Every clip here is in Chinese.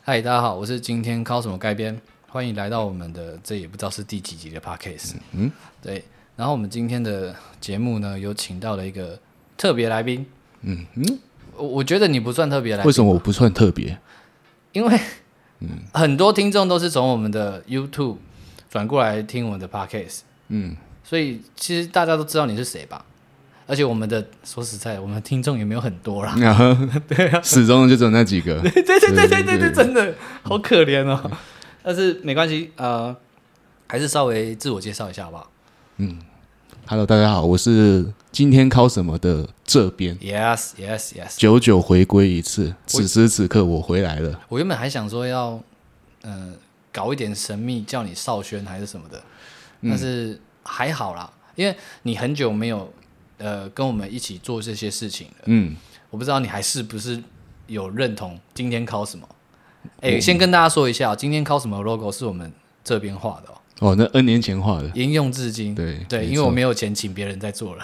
嗨，大家好，我是今天靠什么改编，欢迎来到我们的这也不知道是第几集的 podcast。对，然后我们今天的节目呢，有请到了一个特别来宾。我觉得你不算特别来宾， 为什么我不算特别？ 因为很多听众都是从我们的 YouTube 转过来听我们的 podcast，所以其实大家都知道你是谁吧？而且我们的说实在，我们的听众也没有很多啦， 对啊，始终就只有那几个。 对，真的好可怜哦。但是没关系，还是稍微自我介绍一下好不好 Hello， 大家好，我是今天考什么的这边。 Yes， 久久回归一次，此时此刻我回来了。 我原本还想说要搞一点神秘，叫你少轩还是什么的，但是还好啦，因为你很久没有跟我们一起做这些事情了。我不知道你还是不是有认同今天考什么。先跟大家说一下，今天考什么 logo 是我们这边画的哦，那 N 年前画的， 沿用至今。对，因为我没有钱请别人在做了。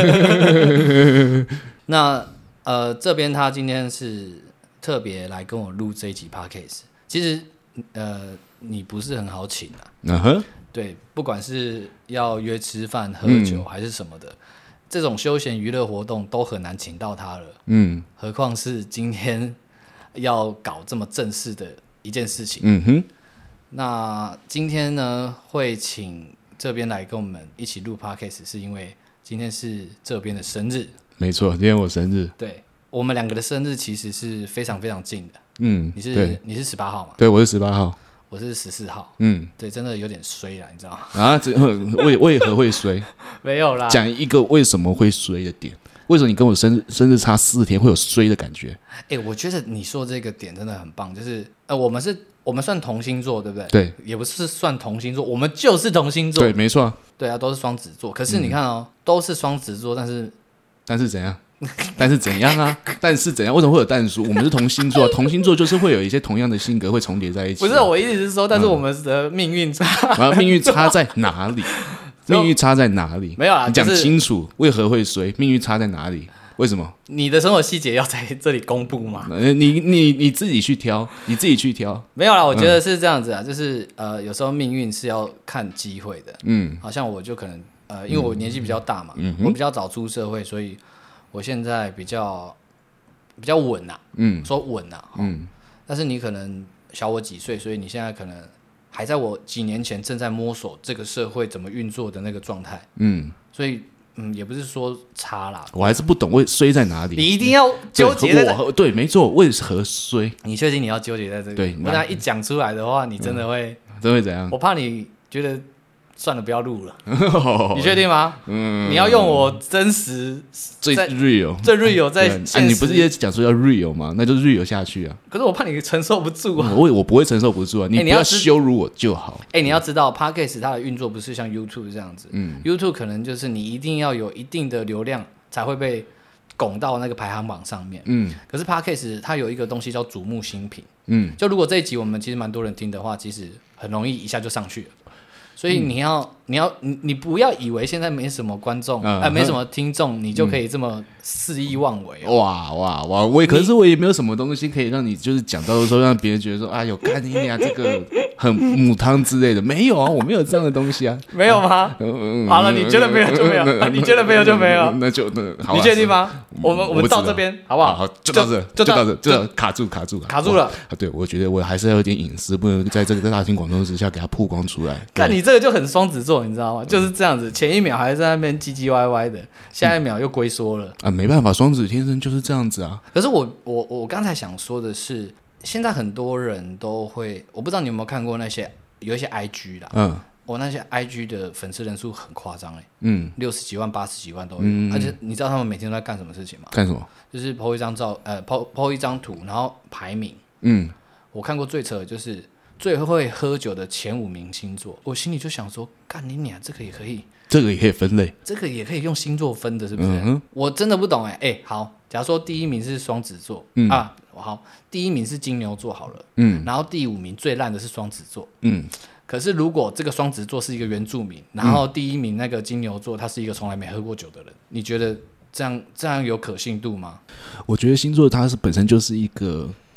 那这边他今天是特别来跟我录这一集 podcast。其实你不是很好请啊。对，不管是要约吃饭、喝酒还是什么的，这种休闲娱乐活动都很难请到他了。何况是今天要搞这么正式的一件事情。那今天呢，会请这边来跟我们一起录 podcast， 是因为今天是这边的生日。 没错，今天我生日。 对，我们两个的生日其实是非常非常近的。你是18号嘛？ 对，我是18号， 我是14号。对，真的有点衰啦，你知道吗？ 啊，为何会衰？ 没有啦， 讲一个为什么会衰的点。为什么你跟我生日差4天会有衰的感觉？ 我觉得你说这个点真的很棒，就是我们算同星座对不对？ 对， 也不是算同星座，我们就是同星座。 对，没错。 对啊，都是双子座。可是你看都是双子座，但是怎样？但是怎样啊？但是怎样？为什么会有但书？我们是同星座，同星座就是会有一些同样的性格会重叠在一起。 不是，我意思是说，但是我们的命运差， 命运差在哪里？命运差在哪里？ 没有啦， 你讲清楚，为何会衰？命运差在哪里？为什么？ 你的生活细节要在这里公布吗？ 你自己去挑， 没有啦，我觉得是这样子啊，就是有时候命运是要看机会的。好像我就可能因为我年纪比较大嘛，我比较早出社会，所以我现在比较稳啊。说稳啊。但是你可能小我几岁，所以你现在可能还在我几年前正在摸索这个社会怎么运作的那个状态。所以也不是说差啦， 我还是不懂会衰在哪里。 你一定要纠结在对，没错，为何衰？ 你确定你要纠结在这个？ 对， 不然一讲出来的话，你真的会怎样？ 我怕你觉得算了，不要录了。你确定吗？你要用我真实最 real 在现实。 你不是也讲说要 real 吗？那就 real 下去啊。 可是我怕你承受不住啊。 我不会承受不住啊。你不要羞辱我就好。 你要知道 Podcast 它的运作不是像 YouTube 这样子。YouTube 可能就是你一定要有一定的流量才会被拱到那个排行榜上面。可是 Podcast 它有一个东西叫瞩目新品。就如果这一集我们其实蛮多人听的话，其实很容易一下就上去了。所以你不要以为现在没什么观众，没什么听众，你就可以这么肆意妄为。 哇！可是我也没有什么东西可以让你就是讲到说让别人觉得说哎呦看你俩这个很母汤之类的，没有啊，我没有这样的东西啊。 没有吗？好了，你觉得没有就没有，你觉得没有就没有， 那就好。 你确定吗？我们到这边好不好？ 好，就到这，就卡住了。 对，我觉得我还是要有点隐私，不能在这个大庭广众之下给它曝光出来。 看你这个就很双子座，你知道吗？就是这样子，前一秒还在那边唧唧歪歪的，下一秒又龟缩了啊！没办法，双子天生就是这样子啊。 可是我刚才想说的是，现在很多人都会，我不知道你有没有看过有一些 IG 啦，那些 IG 的粉丝人数很夸张60几万、80几万都有，而且你知道他们每天都在干什么事情吗？ 干什么？ 就是 po 一张po 一张图，然后排名。我看过最扯的就是最会喝酒的前5名星座，我心里就想说，干你娘，这个也可以分类， 这个也可以用星座分的，是不是？我真的不懂好，假如说第1名是双子座好，第1名是金牛座好了，然后第5名最烂的是双子座，可是如果这个双子座是一个原住民，然后第1名那个金牛座他是一个从来没喝过酒的人，你觉得这样有可信度吗？ 我觉得星座它是本身就是一个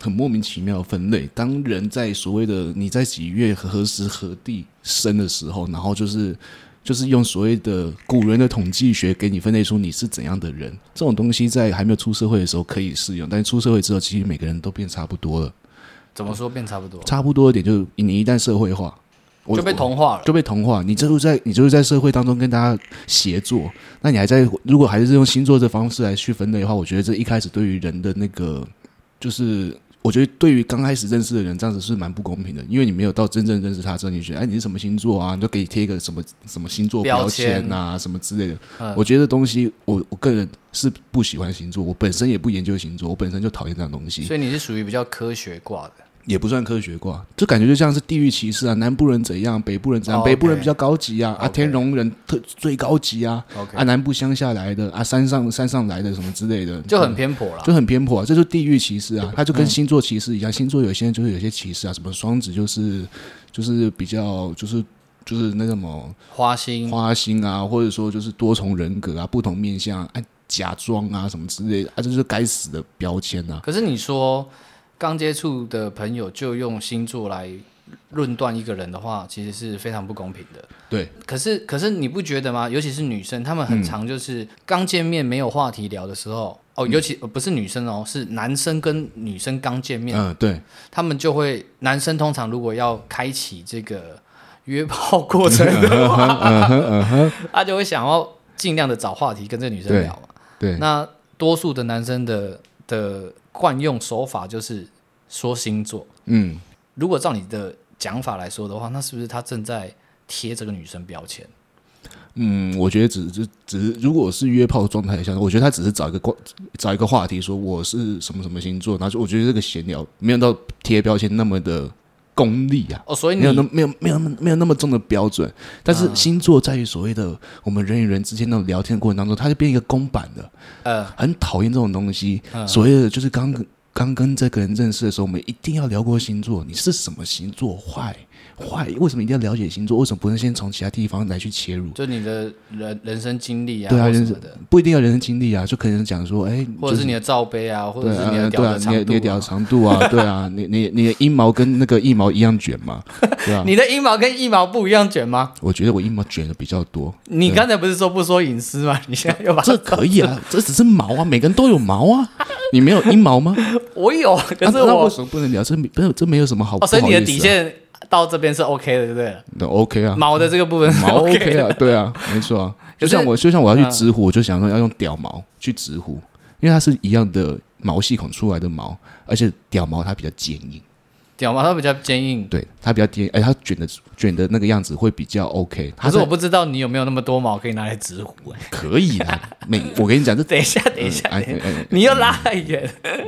很莫名其妙的分类。当人在所谓的你在几月何时何地生的时候，然后就是用所谓的古人的统计学给你分类出你是怎样的人，这种东西在还没有出社会的时候可以适用，但是出社会之后，其实每个人都变差不多了。 怎么说变差不多？ 差不多一点就是你一旦社会化， 就被同化了， 就被同化。你就是在社会当中跟大家协作，那你如果还是用星座这方式来去分类的话，我觉得这一开始对于人的那个，就是我觉得对于刚开始认识的人，这样子是蛮不公平的，因为你没有到真正认识他之后，你觉得你是什么星座啊，你就给你贴一个什么星座标签啊什么之类的。我觉得东西我个人是不喜欢星座，我本身也不研究星座，我本身就讨厌这样的东西。 所以你是属于比较科学挂的。 也不算科学挂，就感觉就像是地域歧视啊，南部人怎样，北部人怎样，北部人比较高级啊，天龙人最高级啊，南部乡下来的啊，山上来的什么之类的， 就很偏颇了， 就很偏颇啊，这就是地域歧视啊，它就跟星座歧视一样，星座有些就是有些歧视啊，什么双子就是比较就是那什么花心啊，或者说就是多重人格啊，不同面向啊，假装啊什么之类的啊，这就是该死的标签啊。 可是你说刚接触的朋友就用星座来论断一个人的话，其实是非常不公平的。 对， 可是你不觉得吗？尤其是女生，她们很常就是刚见面没有话题聊的时候，尤其不是女生哦，是男生跟女生刚见面， 对，他们就会，男生通常如果要开启这个约炮过程的话，他就会想要尽量的找话题跟这个女生聊嘛。 对， 那多数的男生的惯用手法就是说星座。如果照你的讲法来说的话，那是不是他正在贴这个女生标签？ 我觉得只是如果是约炮状态下，我觉得他只是找一个话题，说我是什么什么星座，然后我觉得这个闲聊没有到贴标签那么的功利啊。 所以没有那么重的标准。但是星座在于所谓的我们人与人之间那种聊天的过程当中，它就变一个公版的。很讨厌这种东西。所谓的就是刚跟这个人认识的时候，我们一定要聊过星座，你是什么星座？坏，为什么一定要了解星座？为什么不能先从其他地方来去切入？ 就你的人生经历啊， 对啊， 什么的不一定要人生经历啊，就可能讲说， 或者是你的罩杯啊，或者是你的屌的长度， 你的屌长度啊，对啊，你的阴毛跟那个腋毛一样卷嘛，对啊， 你的阴毛跟腋毛不一样卷吗？ 我觉得我腋毛卷的比较多。 你刚才不是说不说隐私吗？你现在又把这可以啊，这只是毛啊，每个人都有毛啊。你没有阴毛吗？ 我有，可是那为什么不能聊？这没有什么好。 所以你的底线到这边是 OK 的，对不对？ 对 OK 啊， 毛的这个部分是 OK 啊，对啊，没错啊。就像我要去直胡，我就想说要用屌毛去直胡，因为它是一样的毛细孔出来的毛，而且屌毛它比较坚硬。 屌毛它比较坚硬， 对，它比较坚硬，而且它卷的那个样子会比较 OK。 可是我不知道你有没有那么多毛可以拿来直胡。 可以的，我跟你讲， 等一下，你又拉太远。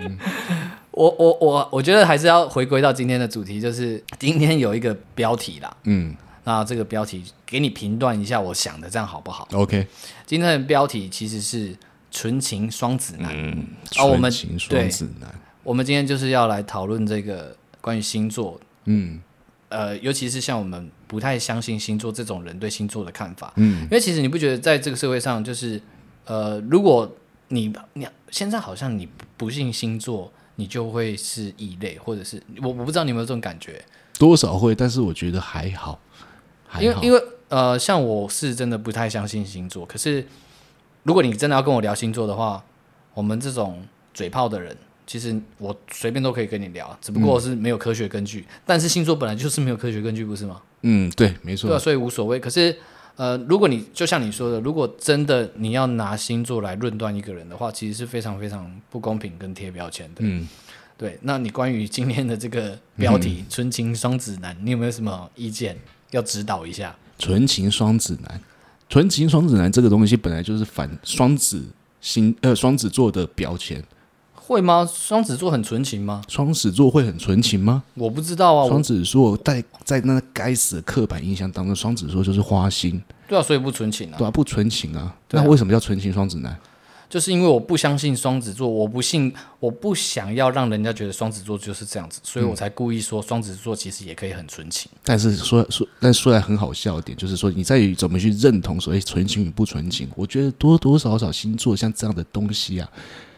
我觉得还是要回归到今天的主题，就是今天有一个标题啦。那这个标题给你评断一下，我想的这样好不好 ？OK。 今天的标题其实是纯情双子男。 纯情双子男。 我们今天就是要来讨论这个关于星座，尤其是像我们不太相信星座这种人对星座的看法，因为其实你不觉得在这个社会上，就是如果你现在好像你不信星座，你就会是异类，或者是我不知道你有没有这种感觉， 多少会，但是我觉得还好， 因为像我是真的不太相信星座，可是如果你真的要跟我聊星座的话，我们这种嘴炮的人。其实我随便都可以跟你聊，只不过是没有科学根据。但是星座本来就是没有科学根据，不是吗？ 对，没错。 对啊，所以无所谓。可是，如果你就像你说的，如果真的你要拿星座来论断一个人的话，其实是非常非常不公平跟贴标签的。对。那你关于今天的这个标题“纯情双子男”，你有没有什么意见要指导一下？ 纯情双子男这个东西本来就是反双子座的标签。 会吗？双子座很纯情吗？ 双子座会很纯情吗？ 我不知道啊。 双子座在那该死的刻板印象当中，双子座就是花心。 对啊，所以不纯情啊。 对啊，不纯情啊。那为什么叫纯情双子男？ 就是因为我不相信双子座，我不想要让人家觉得双子座就是这样子，所以我才故意说双子座其实也可以很纯情。 但说来很好笑的点就是说，你在于怎么去认同所谓纯情与不纯情。我觉得多多少少星座像这样的东西啊。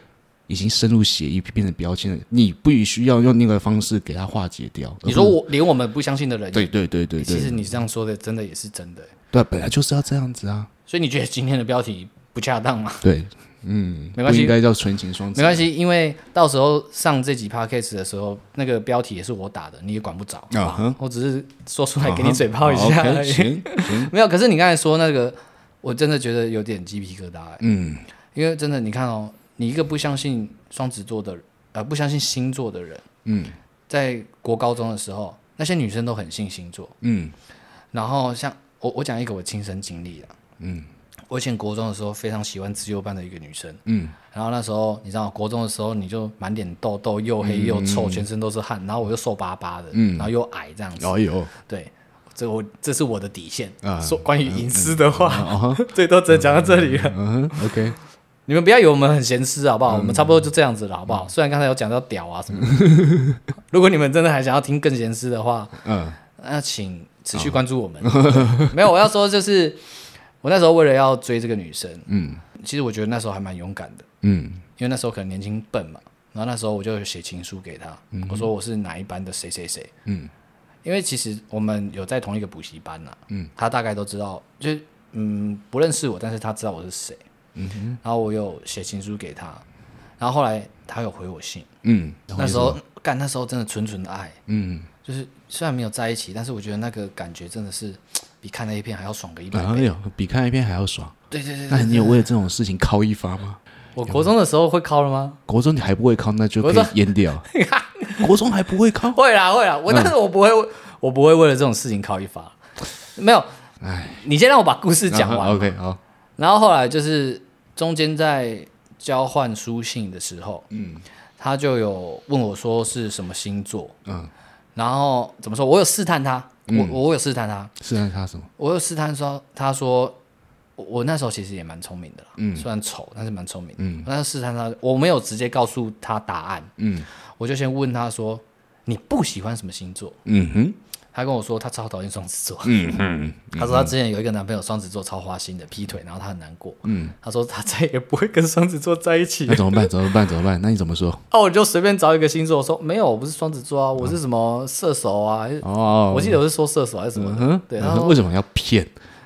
已经深入血液变成标签了，你不需要用那个方式给它化解掉。 你说连我们不相信的人， 对， 其实你这样说的真的也是真的。 对，本来就是要这样子啊。 所以你觉得今天的标题不恰当吗？ 对，没关系，不应该叫纯情双子。 没关系，因为到时候上这集 podcast 的时候，那个标题也是我打的，你也管不着。我只是说出来给你嘴炮一下而已。 行， 没有。可是你刚才说那个，我真的觉得有点鸡皮疙瘩。因为真的，你看哦，你一个不相信双子座的，不相信星座的人，在国高中的时候，那些女生都很信星座，然后像我讲一个我亲身经历啦，我以前国中的时候非常喜欢自由班的一个女生，然后那时候你知道，国中的时候你就满脸痘痘，又黑又臭，全身都是汗，然后我又瘦巴巴的，然后又矮这样子，对，这是我的底线。说关于隐私的话，最多只能讲到这里了。 OK。 你们不要以为我们很闲私好不好？我们差不多就这样子了好不好？虽然刚才有讲到屌啊什么的，如果你们真的还想要听更闲私的话，那请持续关注我们。没有，我要说就是我那时候为了要追这个女生，其实我觉得那时候还蛮勇敢的，因为那时候可能年轻笨嘛，然后那时候我就写情书给她，我说我是哪一班的谁谁谁，因为其实我们有在同一个补习班啦，她大概都知道，就是不认识我，但是她知道我是谁。然后我有写情书给他，然后后来他有回我信，那时候真的纯纯的爱，就是虽然没有在一起，但是我觉得那个感觉真的是比看那一片还要爽个100倍， 比看一片还要爽。 对。 那你有为了这种事情敲一发吗？ 我国中的时候会敲了吗？ 国中你还不会敲，那就可以淹掉。国中还不会敲？ 会啦，但是我不会为了这种事情敲一发，没有。你先让我把故事讲完。 OK， 好。 然后后来就是中间在交换书信的时候，他就有问我说是什么星座，然后怎么说？我有试探他，我有试探他， 试探他什么？ 我有试探说，他说我那时候其实也蛮聪明的啦，虽然丑，但是蛮聪明的。我那时候试探他，我没有直接告诉他答案，我就先问他说你不喜欢什么星座？他跟我说他超讨厌双子座，他说他之前有一个男朋友双子座超花心的，劈腿，然后他很难过，他说他再也不会跟双子座在一起。 那怎么办？那你怎么说？ 我就随便找一个星座，我说没有，我不是双子座啊，我是什么射手啊，我记得我是说射手还是什么，对，他说为什么要骗？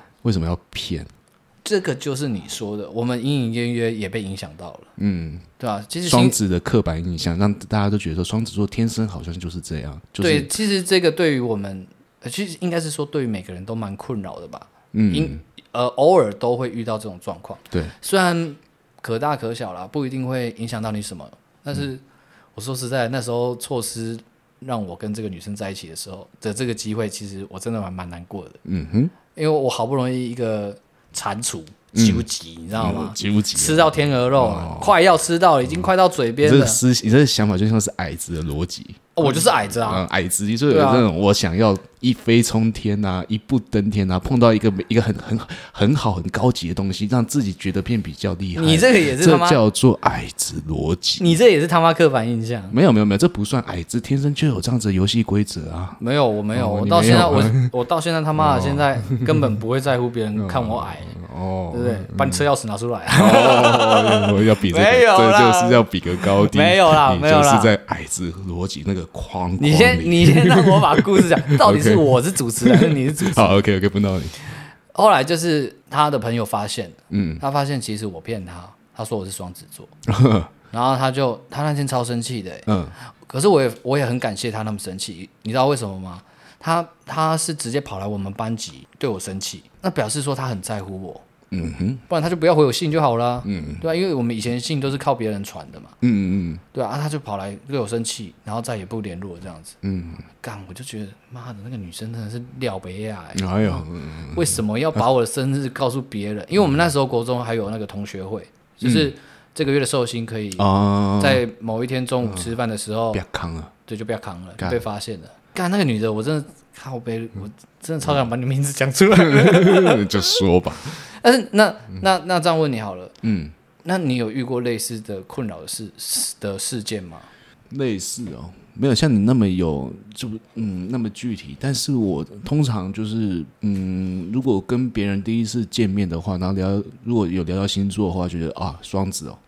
这个就是你说的，我们隐隐约约也被影响到了，对吧？其实双子的刻板印象让大家都觉得说双子座天生好像就是这样， 对，其实这个对于我们，其实应该是说对于每个人都蛮困扰的吧，偶尔都会遇到这种状况， 对， 虽然可大可小啦，不一定会影响到你什么，但是我说实在，那时候错失让我跟这个女生在一起的时候的这个机会，其实我真的蛮难过的，因为我好不容易一个蟾蜍究极，你知道吗？吃到天鹅肉，快要吃到了，已经快到嘴边了。 你这个想法就像是矮子的逻辑。 我就是矮子啊， 矮子就有那种我想要一飞冲天啊，一步登天啊，碰到一个很好很高级的东西，让自己觉得变比较厉害。 你这个也是他妈， 这叫做矮子逻辑。 你这也是他妈刻板印象。 没有，这不算矮子，天生就有这样子的游戏规则啊。 没有，我没有，我到现在他妈的现在根本不会在乎别人看我矮。对不对？把你车钥匙拿出来要比这个，这就是要比个高低。 没有啦， 你就是在矮子逻辑那个框里。 你先让我把故事讲，到底是我是主持人，还是你是主持人？ 好 ，OK， 不闹你。 后来就是他的朋友发现，他发现其实我骗他，他说我是双子座，然后他那天超生气的，可是我也很感谢他那么生气，你知道为什么吗？他是直接跑来我们班级对我生气，那表示说他很在乎我，不然他就不要回我信就好了，对吧？因为我们以前信都是靠别人传的嘛，对啊，他就跑来对我生气，然后再也不联络这样子，干，我就觉得妈的那个女生真的是廖北亚，为什么要把我的生日告诉别人？因为我们那时候国中还有那个同学会，就是这个月的寿星可以在某一天中午吃饭的时候， 不要扛了， 对，就不要扛了，就被发现了。干那个女的，我真的靠背，我真的超想把你名字讲出来。 就说吧。 但是那这样问你好了，那你有遇过类似的困扰的事件吗？ 类似哦，没有像你那么那么具体。但是我通常就是如果跟别人第一次见面的话，然后如果有聊到星座的话，觉得啊双子哦，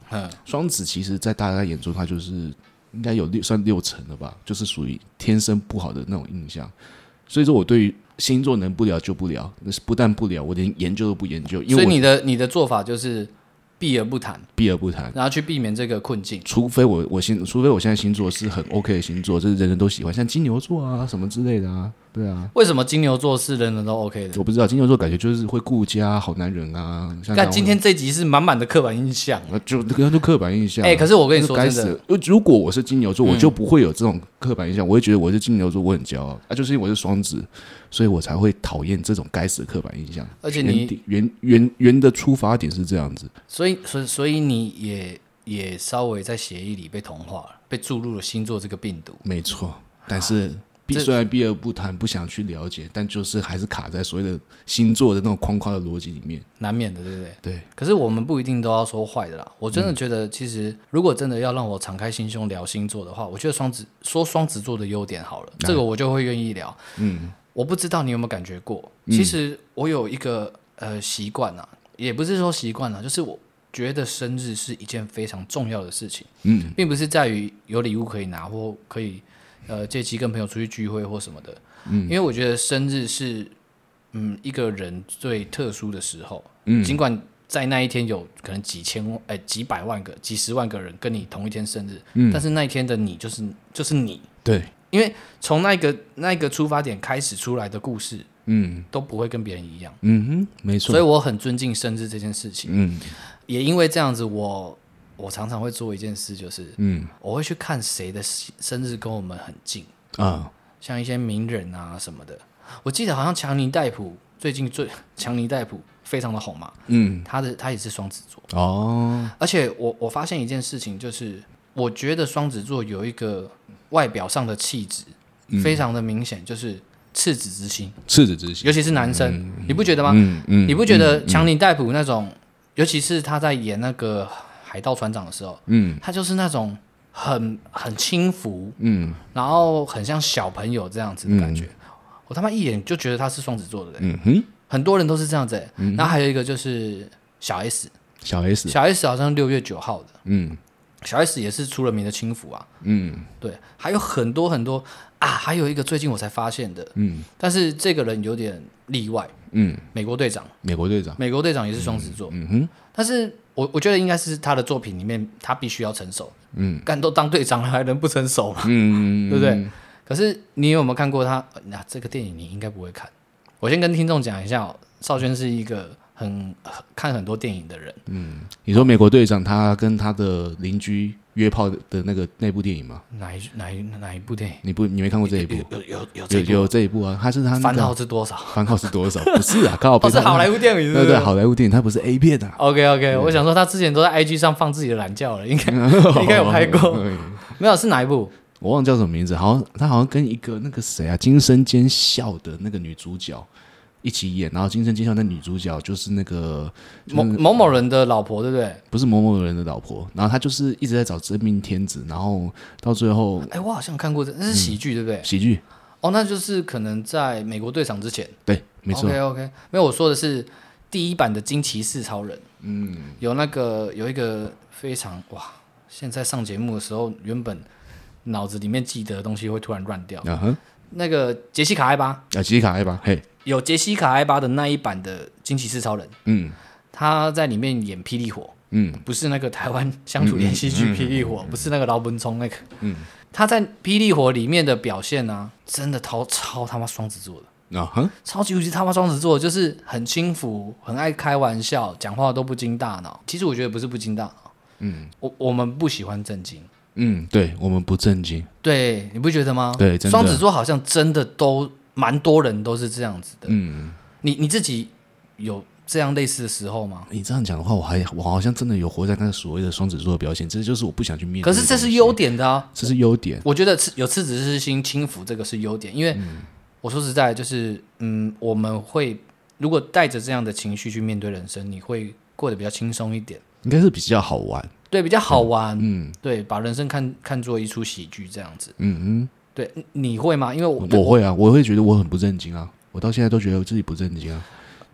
双子其实在大家眼中，他就是应该有算6成了吧，就是属于天生不好的那种印象。所以说我对于星座能不聊就不聊，不但不聊，我连研究都不研究。因为所以你的做法就是避而不谈，然后去避免这个困境。 除非我现在星座是很 OK 的星座，就是人人都喜欢，像金牛座啊什么之类的啊，对啊。 为什么金牛座是人人都 OK 的？ 我不知道，金牛座感觉就是会顾家、好男人啊。 但今天这集是满满的刻板印象， 就刻板印象。 可是我跟你说真的， 如果我是金牛座，我就不会有这种刻板印象，我会觉得我是金牛座，我很骄傲啊，就是因为我是双子，所以我才会讨厌这种该死的刻板印象。 而且你原的出发点是这样子， 所以你也稍微在协议里被同化了，被注入了星座这个病毒。 没错，但是虽然避而不谈，不想去了解，但就是还是卡在所谓的星座的那种框框的逻辑里面， 难免的，对不对？ 对。 可是我们不一定都要说坏的啦。我真的觉得，其实如果真的要让我敞开心胸聊星座的话，我觉得双子座的优点好了，这个我就会愿意聊。我不知道你有没有感觉过，其实我有一个习惯啊，也不是说习惯啊，就是我觉得生日是一件非常重要的事情。并不是在于有礼物可以拿或可以借机跟朋友出去聚会或什么的。因为我觉得生日是一个人最特殊的时候。尽管在那一天有可能几百万个、几十万个人跟你同一天生日，但是那一天的你就是你。 对。 因为从那个出发点开始出来的故事，都不会跟别人一样。 没错。 所以我很尊敬生日这件事情。也因为这样子，我常常会做一件事，就是我会去看谁的生日跟我们很近啊，像一些名人啊什么的。我记得好像强尼戴普最近强尼戴普非常的红嘛，他也是双子座哦。而且我发现一件事情，就是我觉得双子座有一个外表上的气质非常的明显，就是赤子之心，尤其是男生，你不觉得吗？你不觉得强尼戴普那种，尤其是他在演那个海盗船长的时候，他就是那种很轻浮，然后很像小朋友这样子的感觉。我他妈一眼就觉得他是双子座的人，很多人都是这样子。然后还有一个就是小 S 好像6月9号的，小 S 也是出了名的轻浮啊，对，还有很多很多啊，还有一个最近我才发现的，但是这个人有点例外，美国队长也是双子座，但是我觉得应该是他的作品里面他必须要成熟，干都当队长了还能不成熟吗？对不对？可是你有没有看过他？这个电影你应该不会看。我先跟听众讲一下，少轩是一个看很多电影的人。 你说美国队长他跟他的邻居约炮的那部电影吗？ 哪一部电影？ 你没看过这一部？ 有这一部啊，他番号是多少？ 不是啊，刚好是好莱坞电影， 对，好莱坞电影，它不是 A 片啊。 OK， 我想说他之前都在 IG 上放自己的懒觉了，应该有拍过。没有，是哪一部？ 我忘了叫什么名字，他好像跟一个那个谁啊，惊声尖笑的那个女主角一起演，然后惊声尖笑那女主角就是那个某人的老婆，对不对？ 不是某人的老婆，然后她就是一直在找真命天子，然后到最后， 我好像看过那是喜剧，对不对？ 喜剧那就是可能在美国队长之前， 对，没错。 OK， 没有，我说的是第一版的惊奇四超人，有一个非常现在上节目的时候，原本脑子里面记得的东西会突然乱掉。那个杰西卡艾巴嘿，有杰西卡艾巴的那一版的惊奇四超人，他在里面演霹雳火，不是那个台湾乡土连续剧霹雳火，不是那个劳本聪那个，他在霹雳火里面的表现啊，真的超他妈双子座的。超级无敌他妈双子座，就是很轻浮，很爱开玩笑，讲话都不经大脑。其实我觉得不是不经大脑，我们不喜欢正经。 对，我们不正经。 对，你不觉得吗？ 对，真的。 双子座好像真的都蛮多人都是这样子的。你自己有这样类似的时候吗？ 你这样讲的话，我好像真的有活在那个所谓的双子座的表现，这就是我不想去面对。 可是这是优点的啊， 这是优点。 我觉得有赤子之心、轻浮这个是优点，因为我说实在，就是我们会如果带着这样的情绪去面对人生，你会过得比较轻松一点， 应该是比较好玩。 对，比较好玩。对，把人生看作一出喜剧这样子。对，你会吗？因为我会啊，我会觉得我很不正经啊，我到现在都觉得我自己不正经啊。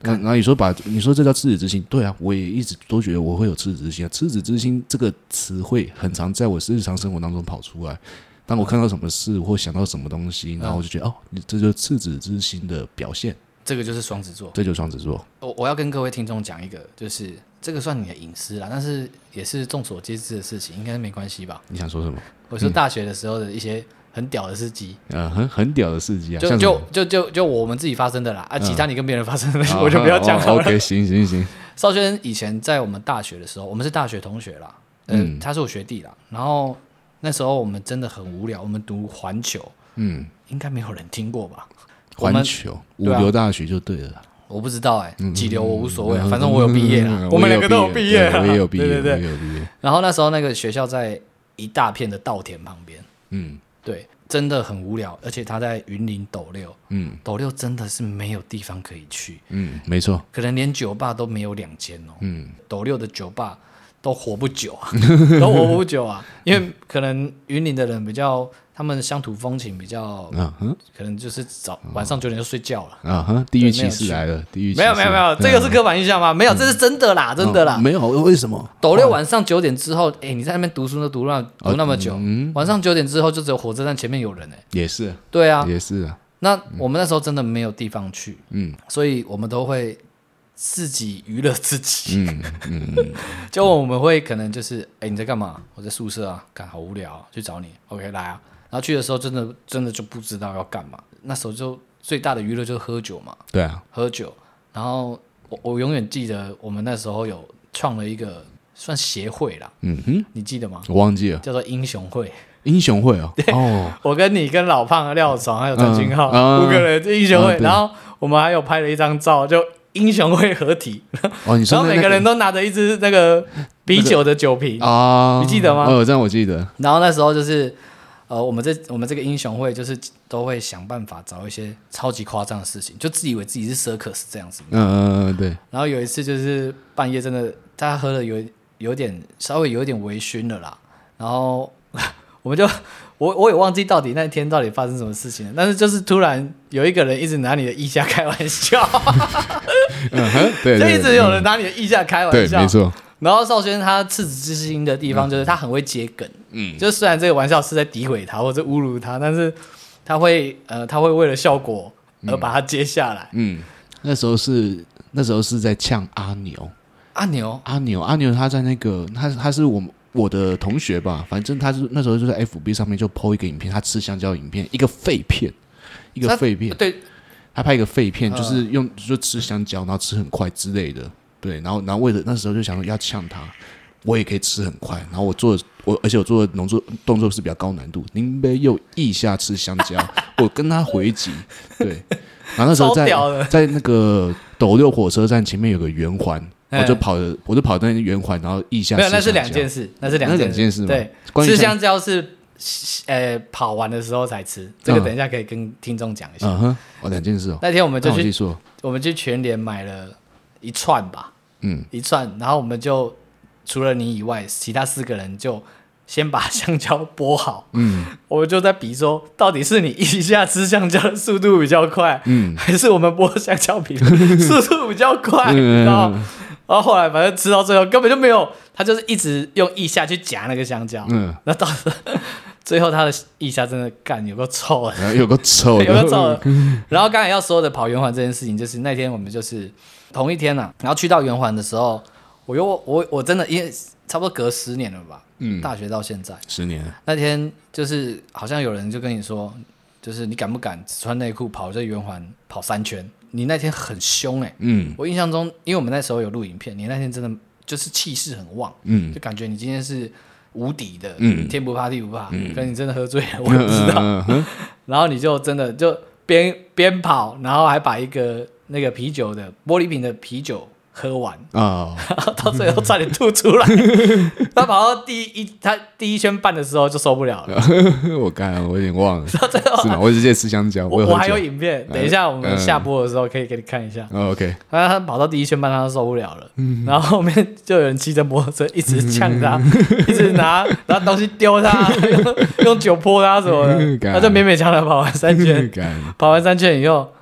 然后你说这叫赤子之心，对啊，我也一直都觉得我会有赤子之心啊。赤子之心这个词汇很常在我日常生活当中跑出来。当我看到什么事或想到什么东西，然后我就觉得这就是赤子之心的表现。 这个就是双子座， 这就是双子座。 我要跟各位听众讲一个，就是这个算你的隐私啦，但是也是众所皆知的事情，应该没关系吧？ 你想说什么？ 我说大学的时候的一些很屌的事迹， 很屌的事迹啊， 就我们自己发生的啦，其他你跟别人发生的我就不要讲好了。 OK， 行。 少轩以前在我们大学的时候，我们是大学同学啦，他是我学弟啦，然后那时候我们真的很无聊，我们读环球，应该没有人听过吧？ 环球五流大学就对了啦。 我不知道几流我无所谓，反正我有毕业啦，我们两个都有毕业啦， 我也有毕业， 对。然后那时候那个学校在一大片的稻田旁边，对，真的很无聊，而且他在云林斗六，斗六真的是没有地方可以去， 没错， 可能连酒吧都没有2间哦，斗六的酒吧都活不久啊，因为可能云林的人比较，他们乡土风情比较，可能就是晚上9点就睡觉了， 地狱骑士来了，地狱骑士没有，这个是刻板印象吗？没有，这是真的啦，真的啦， 没有，为什么？ 斗六晚上9点之后，你在那边读书都读那么久，晚上9点之后就只有火车站前面有人也是， 对啊， 也是啊。 那我们那时候真的没有地方去，所以我们都会自己娱乐自己，就我们会可能就是你在干嘛？我在宿舍啊，干好无聊，去找你 ，OK 来啊。然后去的时候真的就不知道要干嘛，那时候就最大的娱乐就是喝酒嘛， 对啊， 喝酒。然后我永远记得我们那时候有创了一个算协会啦，你记得吗？ 我忘记了， 叫做英雄会。 英雄会我跟你跟老胖、廖爽还有张君浩5个人英雄会，然后我们还有拍了一张照，就英雄会合体， 你说然后每个人都拿着一支那个啤酒的酒瓶你记得吗？ 这样我记得。 然后那时候就是我们这个英雄会就是都会想办法找一些超级夸张的事情，就自以为自己是 circus 这样子。 对。 然后有一次就是半夜真的大家喝了稍微有一点微醺了啦，然后我们就我也忘记到底那天到底发生什么事情了，但是就是突然有一个人一直拿你的腋下开玩笑， 对， 就一直有人拿你的腋下开玩笑， 对，没错。 然后少轩他赤子之心的地方就是他很会接梗，就是虽然这个玩笑是在诋毁他或者侮辱他，但是他会为了效果而把它接下来。 那时候是在呛阿牛，他在那个他是我的同学吧，反正他是那时候就在 FB 上面就 po 一个影片，他吃香蕉影片，一个废片， 对， 他拍一个废片，就是就吃香蕉，然后吃很快之类的，对，然后为了那时候就想说要呛他，我也可以吃很快，然后而且我做的动作是比较高难度，林北又腋下吃香蕉，我跟他回击，对，然后那时候在那个斗六火车站前面有个圆环。我就跑到那圆环，然后腋下没有，那是两件事，对，吃香蕉是跑完的时候才吃，这个等一下可以跟听众讲一下。 两件事那天我们去全联买了一串吧，一串，然后我们就除了你以外，其他4个人就先把香蕉剥好，我们就在比说，到底是你腋下吃香蕉的速度比较快，还是我们剥香蕉皮的速度比较快，然后后来反正吃到最后根本就没有，他就是一直用腋下去夹那个香蕉，那到最后他的腋下真的干有够臭的， 有够臭的。 然后刚才要说的跑圆环这件事情，就是那天我们就是同一天然后去到圆环的时候，我真的因为差不多隔10年了吧，大学到现在 10年， 那天就是好像有人就跟你说，就是你敢不敢只穿内裤跑这圆环跑3圈？你那天很凶我印象中，因为我们那时候有录影片，你那天真的就是气势很旺，就感觉你今天是无敌的，天不怕地不怕，可能你真的喝醉了，我也不知道。然后你就真的就边跑，然后还把一个那个啤酒的玻璃瓶的啤酒喝完到最后差点吐出来。他跑到他第一圈半的时候就受不了了。 我有点忘了，是吗？我直接吃香蕉。 我还有影片，等一下我们下播的时候可以给你看一下。 OK。 他跑到第一圈半他就受不了了，然后后面就有人骑着摩托车一直呛他，一直拿东西丢他，用酒泼他什么的，他就勉强的跑完3圈。跑完3圈以后，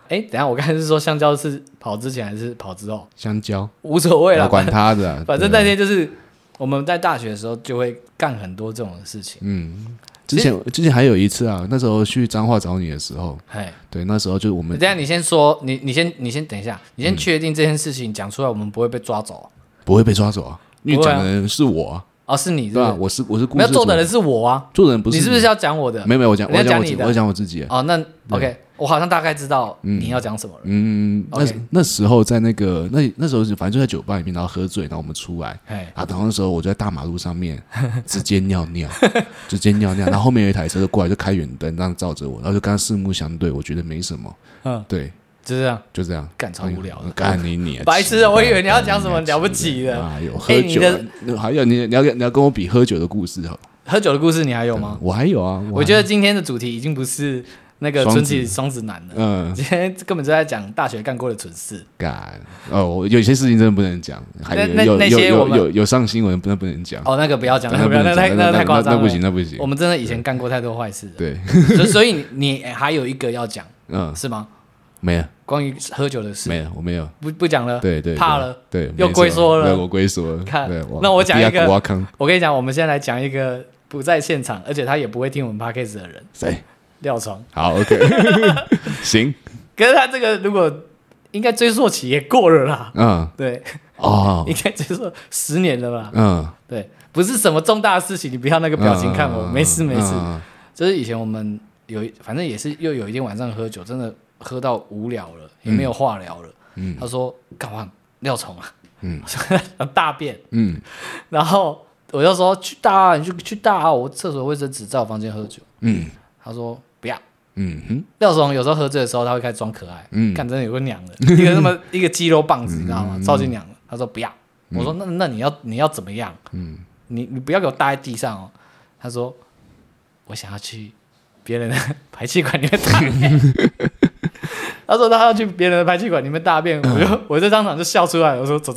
等一下我刚才是说香蕉是跑之前还是跑之后？ 香蕉无所谓啦， 管他的、啊， 反正那天就是我们在大学的时候就会干很多这种的事情。 之前还有一次啊，那时候去彰化找你的时候，对，那时候就是我们。 等一下你先说，你先等一下，你先确定这件事情讲出来，我们不会被抓走。 不会被抓走啊，因为讲的人是我啊。 哦，是你是对啊，我是故事。 没有做的人是我啊， 做的人不是你，是不是要讲我的？ 没有，我讲你的， 我讲我自己。 哦，那 OK， 我好像大概知道你要讲什么了。 那时候在那个那时候反正就在酒吧里面，然后喝醉，然后我们出来，然后那时候我就在大马路上面直接尿尿，然后后面有一台车就过来，就开远灯这样照着我，然后就跟他四目相对，我觉得没什么，对。就这样， 干超无聊的， 干你白痴！我以为你要讲什么了不起的。 有喝酒，还有你要跟我比喝酒的故事哈。 喝酒的故事你还有吗？ 我还有啊。 我觉得今天的主题已经不是那个春季双子男了，今天根本就在讲大学干过的蠢事。 有些事情真的不能讲，还有上新闻不能讲。 那个不要讲，那太夸张了， 那不行。 我们真的以前干过太多坏事了。 对， 所以你还有一个要讲，是吗？ 没有， 关于喝酒的事， 没有，我没有， 不讲了， 对， 怕了， 对， 又龟缩了， 我龟缩了。 看，那我讲一个，我跟你讲，我们现在来讲一个不在现场，而且他也不会听我们 podcast 的人， 谁？ 廖床。 好 ，OK， 行。 可是他这个如果应该追溯期也过了啦，对，应该追溯10年了吧，对，不是什么重大的事情，你不要那个表情看我，没事，就是以前我们反正也是又有一天晚上喝酒，真的。喝到无聊了，也没有话聊了。他说：“干嘛尿虫啊？”想大便。然后我就说：“去大啊，你去大啊！我厕所卫生纸在我房间喝酒。”他说：“不要。”廖虫有时候喝醉的时候，他会开始装可爱。干真的有个娘的，一个肌肉棒子，你知道吗？超级娘的。他说：“不要。”我说：“那你要怎么样？你不要给我搭在地上哦。”他说：“我想要去别人的排气管里面大便。”他说他要去别人的排气管里面大便，我在当场就笑出来，我说走，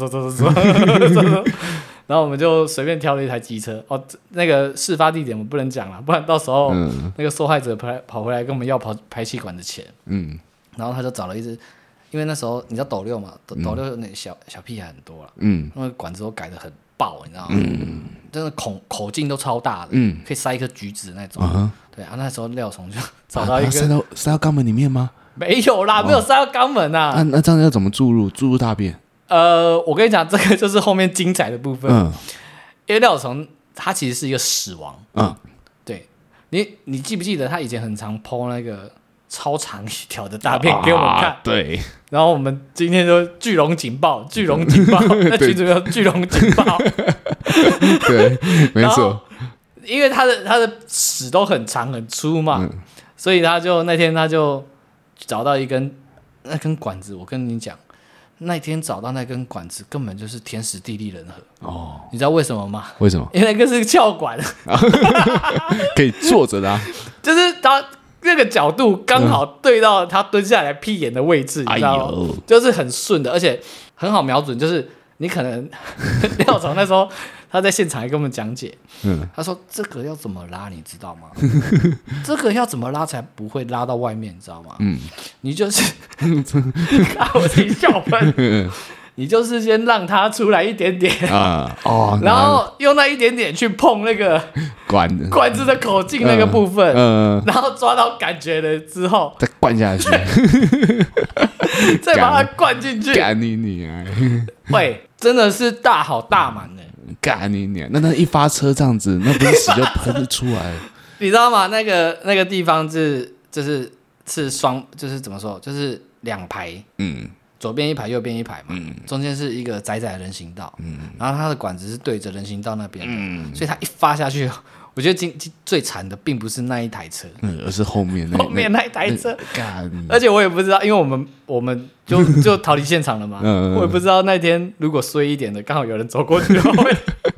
然后我们就随便挑了一台机车。那个事发地点我不能讲了，不然到时候那个受害者跑回来跟我们要排气管的钱。然后他就找了一只，因为那时候你知道斗六嘛，斗六那小屁孩很多了，那个管子都改得很爆，你知道吗？真的口径都超大的，可以塞一颗橘子的那种。对啊，那时候廖虫就找到一个塞到肛门里面吗？ 没有啦，没有塞到肛门啊。 那这样要怎么注入大便？ 我跟你讲，这个就是后面精彩的部分。因为廖虫他其实是一个死亡。对，你记不记得他以前很常 po 那个超长一条的大便给我们看？ 对。 然后我们今天就巨龙警报，那群主叫巨龙警报。 对，没错。 因为他的屎都很长很粗嘛，所以那天他就找到那根管子。我跟你讲，那天找到那根管子根本就是天时地利人和。你知道为什么吗？ 为什么？ 因为那个是鞘管， 可以坐着的啊， 就是他那个角度刚好对到他蹲下来屁眼的位置，你知道吗？就是很顺的，而且很好瞄准，就是你可能廖总那时候他在现场还跟我们讲解，他说这个要怎么拉你知道吗？这个要怎么拉才不会拉到外面，你知道吗？你就是看我自己笑喷，你就是先让它出来一点点然后用那一点点去碰那个管子的口径那个部分，然后抓到感觉了之后再灌下去， 再把它灌进去， 干你啊！ 喂，真的是大好大满的。 干你娘！那一发车这样子，那不是屎就喷出来了？ 你知道吗？那个地方就是双，就是怎么说，就是2排，左边1排，右边1排嘛，中间是一个窄窄的人行道，然后它的管子是对着人行道那边的，所以它一发下去，我觉得最惨的并不是那一台车， 而是后面那一台车。而且我也不知道，因为我们就逃离现场了嘛，我也不知道那天如果衰一点的，刚好有人走过去的话会。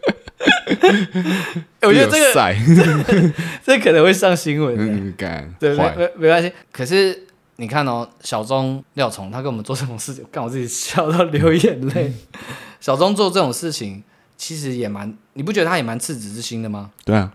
我觉得这可能会上新闻。对，没关系。可是你看哦，小钟廖虫他跟我们做这种事情，干我自己笑到流眼泪。小钟做这种事情，其实也蛮，你不觉得他也蛮赤子之心的吗？ 对啊，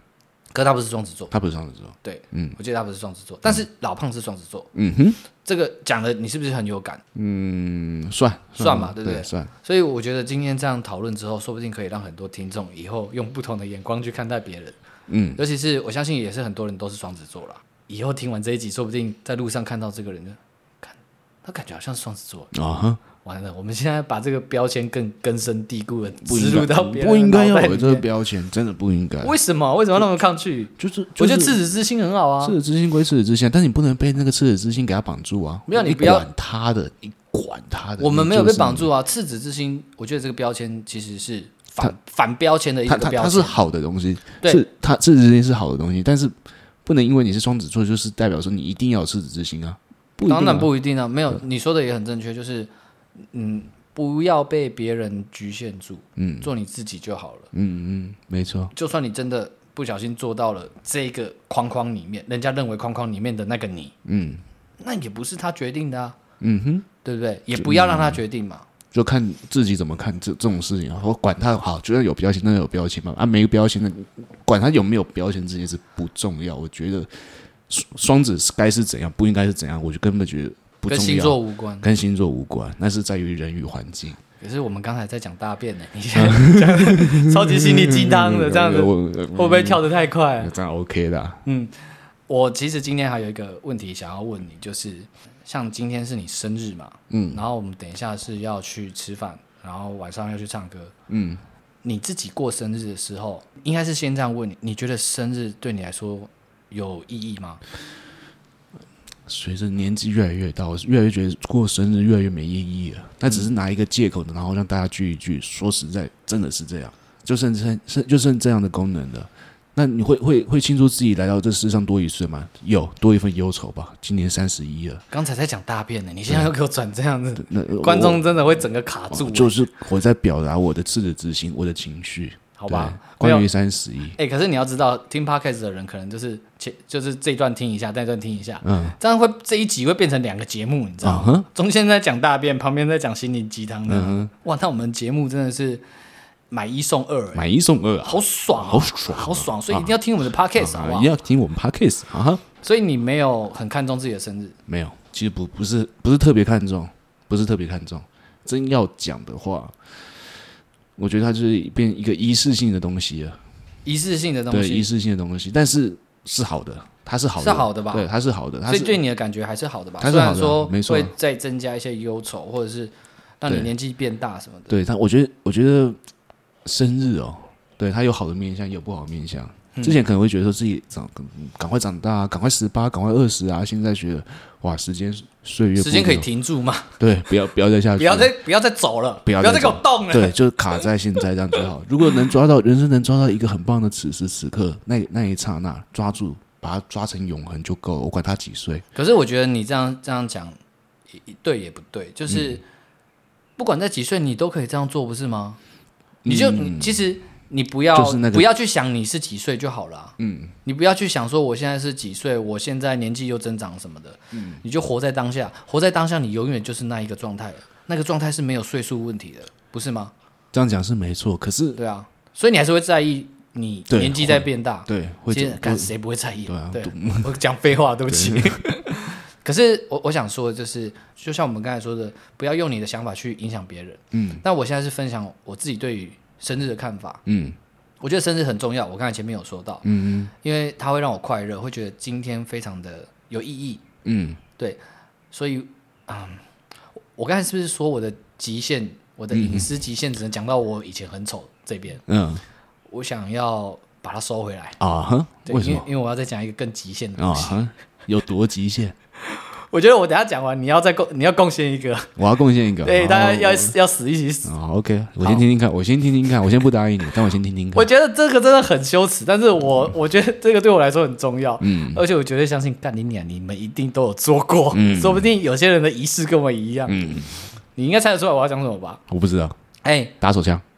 可是他不是双子座， 他不是双子座， 对，我记得他不是双子座，但是老胖是双子座，这个讲的你是不是很有感？ 算嘛，对不对？ 算。 所以我觉得今天这样讨论之后，说不定可以让很多听众以后用不同的眼光去看待别人，尤其是我相信也是很多人都是双子座啦。以后听完这一集，说不定在路上看到这个人就看他感觉好像是双子座完了，我们现在把这个标签更根深蒂固的植入到别人的脑袋里面， 不应该要有这个标签，真的不应该。 为什么要那么抗拒？我觉得赤子之心很好啊， 赤子之心归赤子之心，但是你不能被那个赤子之心给他绑住啊。 没有， 你不要管他的，你管他的。 我们没有被绑住啊，赤子之心，我觉得这个标签其实是反标签的一个标签， 它是好的东西，是它赤子之心是好的东西，但是不能因为你是双子座，就是代表说你一定要有赤子之心啊。 当然不一定啊，没有，你说的也很正确，就是不要被别人局限住，做你自己就好了。 没错。 就算你真的不小心做到了这个框框里面，人家认为框框里面的那个你，那也不是他决定的啊，对不对？也不要让他决定嘛， 就看自己怎么看这种事情啊。我管他好，就算有标签，那有标签嘛，没标签的，管他有没有标签这件事不重要。我觉得双子该是怎样，不应该是怎样，我就根本觉得。 跟星座无关， 跟星座无关，那是在于人与环境。 可是我们刚才在讲大便呢，你现在讲超级心灵鸡汤的这样子，会不会跳得太快？ 这样 OK 的。 我其实今天还有一个问题想要问你，就是像今天是你生日嘛，然后我们等一下是要去吃饭，然后晚上要去唱歌，你自己过生日的时候，应该是先这样问你，你觉得生日对你来说有意义吗？ 随着年纪越来越大，我越来越觉得过生日越来越没意义了。那只是拿一个借口，然后让大家聚一聚。说实在，真的是这样，就剩这样的功能了。那你会庆祝自己来到这世上多一岁吗？有多一份忧愁吧。今年31了， 刚才在讲大便呢，你现在又给我转这样子，观众真的会整个卡住。 就是我在表达我的赤子之心，我的情绪。 好吧， 关于31， 可是你要知道，听 podcast 的人可能就是这一段听一下，那一段听一下，这样这一集会变成2个节目，你知道吗？中间在讲大便，旁边在讲心灵鸡汤的，哇，那我们节目真的是买1送2， 买1送2， 好爽，好爽，所以一定要听我们的 podcast，好不好？ 一定要听我们 podcast 啊！ 所以你没有很看重自己的生日？ 没有，其实不是特别看重，不是特别看重。真要讲的话。我觉得它就是变一个仪式性的东西了， 仪式性的东西， 对，仪式性的东西，但是是好的，它是好的， 是好的吧？ 对，它是好的， 所以对你的感觉还是好的吧？ 它是好的， 虽然说没错， 会再增加一些忧愁，或者是让你年纪变大什么的。 对，我觉得生日对它有好的面向，也有不好的面向。之前可能会觉得说自己赶快长大，赶快18，赶快20啊！现在觉得哇，岁月时间可以停住吗？ 对，不要再下去， 不要再走了，不要再给我动了。 对，就卡在现在这样就好。如果人生能抓到一个很棒的此时此刻，那一刹那抓住，把它抓成永恒就够了。我管他几岁。 可是我觉得你这样讲，对也不对，就是不管在几岁，你都可以这样做，不是吗？其实。你不要、不要去想你是几岁就好了、你不要去想说我现在是几岁，我现在年纪又增长什么的，你就活在当下，你永远就是那一个状态了，那个状态是没有岁数问题的，不是吗？ 这样讲是没错，可是对啊，所以你还是会在意你年纪在变大， 对， 其实谁不会在意？ 对， 我讲废话，对不起。可是我想说的就是，就像我们刚才说的，不要用你的想法去影响别人。那我现在是分享我自己对于生日的看法，我觉得生日很重要。我刚才前面有说到，因为它会让我快乐，会觉得今天非常的有意义，对，所以，我刚才是不是说我的极限，我的隐私极限只能讲到我以前很丑这边？我想要把它收回来啊？为什么？ 因为我要再讲一个更极限的东西， 有多极限？ 我觉得我等一下讲完，你要贡献一个， 我要贡献一个， 对，大家要死一起死。 OK， 我先听听看，我先不答应你，但我先听听看。 我觉得这个真的很羞耻，但是我觉得这个对我来说很重要，而且我绝对相信，干你娘，你们一定都有做过，说不定有些人的仪式跟我一样，你应该猜得出来我要讲什么吧？ 我不知道，打手枪，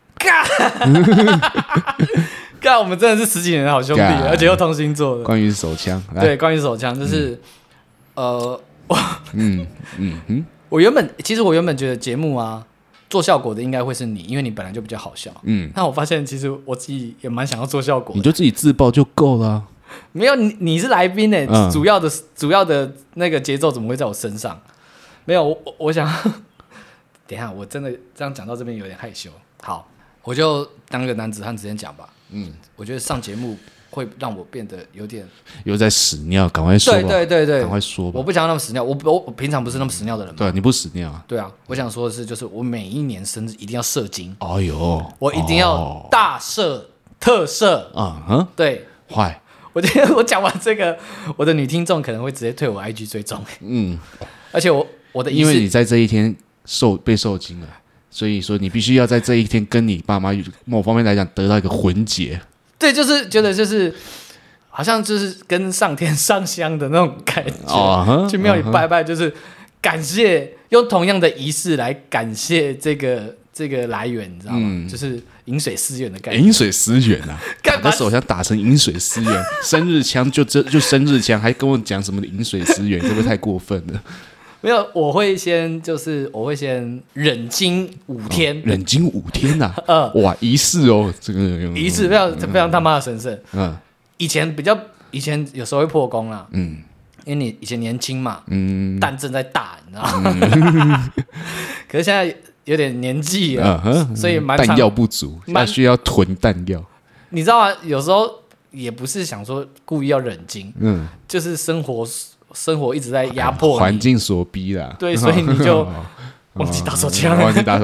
干，我们真的是10几年的好兄弟，而且又同星座的。 关于手枪， 对，关于手枪就是，我原本觉得节目啊， 做效果的应该会是你，因为你本来就比较好笑。那我发现其实我自己也蛮想要做效果的， 你就自己自爆就够了啊。 没有你是来宾主要的那个节奏怎么会在我身上？没有，我想等一下，我真的这样讲到这边有点害羞。好，我就当个男子汉直接讲吧。我觉得上节目会让我变得有点又在屎尿，赶快说吧。 对， 赶快说吧。 我不想要那么屎尿，我平常不是那么屎尿的人嘛。 对，你不屎尿啊？ 对啊，我想说的是，就是我每一年生日一定要射精。 哎呦， 我一定要大射特射啊！对， 坏。 我觉得我讲完这个，我的女听众可能会直接退我 IG 追踪。而且我的因为你在这一天被受精了。所以说，你必须要在这一天跟你爸妈某方面来讲得到一个混结。对， 就是觉得就是好像就是跟上天上香的那种感觉。去庙里拜拜，就是感谢，用同样的仪式来感谢这个来源，你知道吗？就是饮水思源的概念。 饮水思源啊！把手枪打成饮水思源，生日枪就生日枪，还跟我讲什么饮水思源，这不太过分了？ 没有，我会先忍精5天， 忍精5天呐！哇，仪式哦，这个仪式非常他妈的神圣。以前有时候会破功啦，因为你以前年轻嘛，蛋正在大，你知道吗？可是现在有点年纪了，所以弹药不足，需要囤弹药。 你知道吗？有时候也不是想说故意要忍精，就是生活一直在压迫你， 环境所逼啦。 对，所以你就忘记打手枪，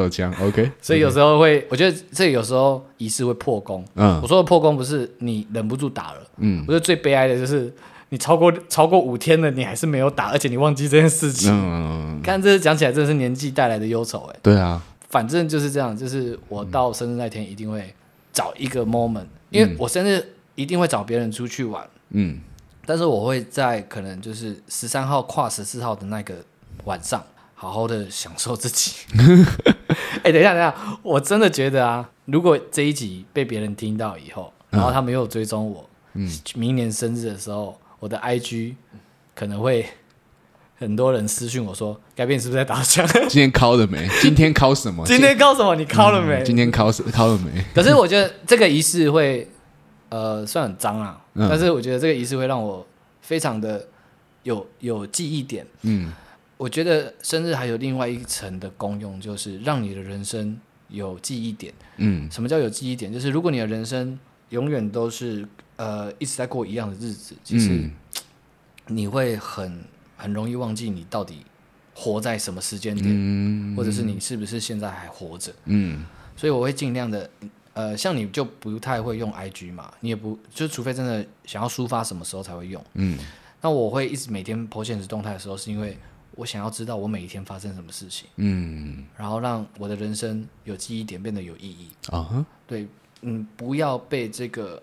OK。 所以有时候我觉得这有时候仪式会破功。我说的破功不是你忍不住打了，我觉得最悲哀的就是你超过5天了，你还是没有打，而且你忘记这件事情。看这讲起来真的是年纪带来的忧愁。 对啊， 反正就是这样，就是我到生日那天一定会找一个 moment，因为我生日一定会找别人出去玩。但是我会在可能就是13号跨14号的那个晚上，好好的享受自己。等一下，我真的觉得啊，如果这一集被别人听到以后，然后他们又有追踪我，明年生日的时候，我的 IG 可能会很多人私讯我说：“改变你是不是在打枪？ 今天敲了没？今天敲什么？ 今天敲什么？你敲了没？ 今天敲了没？” 可是我觉得这个仪式会。虽然很脏啊，但是我觉得这个仪式会让我非常的有记忆点。我觉得生日还有另外一层的功用，就是让你的人生有记忆点。什么叫有记忆点？就是如果你的人生永远都是一直在过一样的日子，其实你会很容易忘记你到底活在什么时间点，或者是你是不是现在还活着。所以我会尽量的。像你就不太会用 IG 嘛，你也不就除非真的想要抒发什么时候才会用。那我会一直每天 po 现实动态的时候，是因为我想要知道我每一天发生什么事情。然后让我的人生有记忆点，变得有意义。对，不要被这个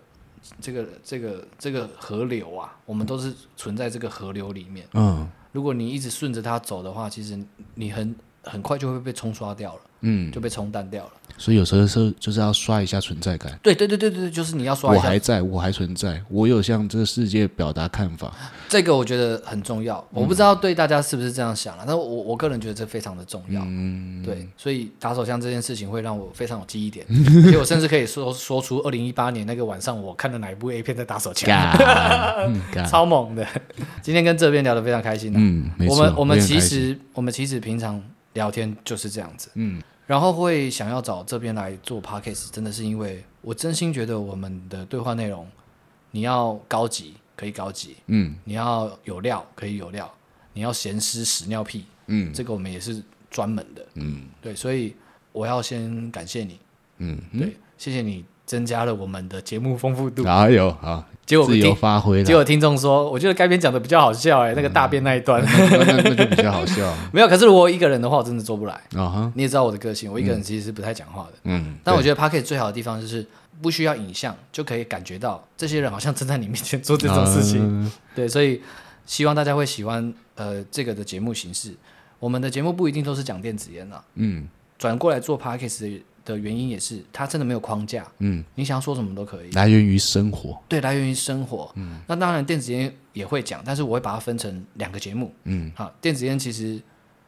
河流啊，我们都是存在这个河流里面。如果你一直顺着它走的话，其实你很快就会被冲刷掉了。就被冲淡掉了。 所以有时候就是要刷一下存在感。 对，就是你要刷一下。 我还在，我还存在，我有向这个世界表达看法。 这个我觉得很重要。我不知道对大家是不是这样想啦，但我个人觉得这非常的重要。对，所以打手枪这件事情会让我非常有记忆点，而且我甚至可以说出2018年那个晚上我看了哪一部 A 片在打手枪，超猛的。今天跟这边聊得非常开心。 没错。 我们其实平常聊天就是这样子。然后会想要找这边来做 podcast， 真的是因为我真心觉得我们的对话内容，你要高级可以高级，你要有料可以有料，你要闲诗屎尿屁，这个我们也是专门的，对，所以我要先感谢你，对，谢谢你增加了我们的节目丰富度。 哪有啊？结果自由发挥了。 结果听众说，我觉得该编讲的比较好笑，那个大便那一段， 那就比较好笑。 没有，可是如果一个人的话，我真的做不来。你也知道我的个性，我一个人其实是不太讲话的。但我觉得 Podcast 最好的地方就是不需要影像，就可以感觉到这些人好像正在你面前做这种事情。对，所以希望大家会喜欢这个的节目形式。我们的节目不一定都是讲电子烟啦，转过来做 Podcast 的原因也是，它真的没有框架，你想要说什么都可以， 来源于生活， 对，来源于生活，那当然电子烟也会讲，但是我会把它分成2个节目，好，电子烟其实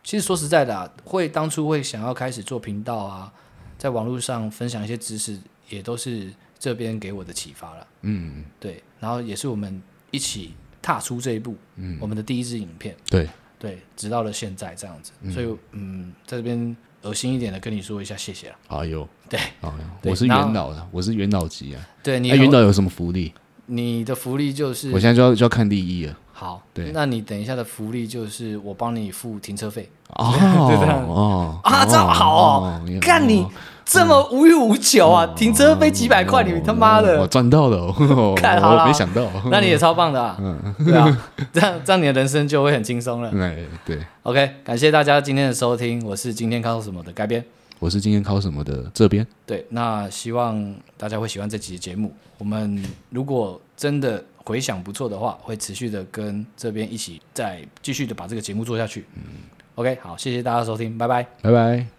其实说实在的啊，当初会想要开始做频道啊，在网络上分享一些知识，也都是这边给我的启发了。对，然后也是我们一起踏出这一步，我们的第一支影片，对，直到了现在这样子，所以在这边恶心一点的跟你说一下谢谢了。 哎呦， 对， 我是元老的，我是元老级啊。 对， 元老有什么福利？ 你的福利就是， 我现在就要看第一了。 好， 对， 那你等一下的福利就是我帮你付停车费。 就这样这样好哦！看你这么无欲无求啊，停车费几百块，你他妈的我赚到了哦！ 看好了， 没想到， 那你也超棒的啊！对啊，这样你的人生就会很轻松了。 对 ，OK， 感谢大家今天的收听，我是今天考什么的改编， 我是今天考什么的这边。 对，那希望大家会喜欢这期的节目。我们如果真的回响不错的话，会持续的跟这边一起再继续的把这个节目做下去。OK， 好，谢谢大家收听，拜拜， 拜拜。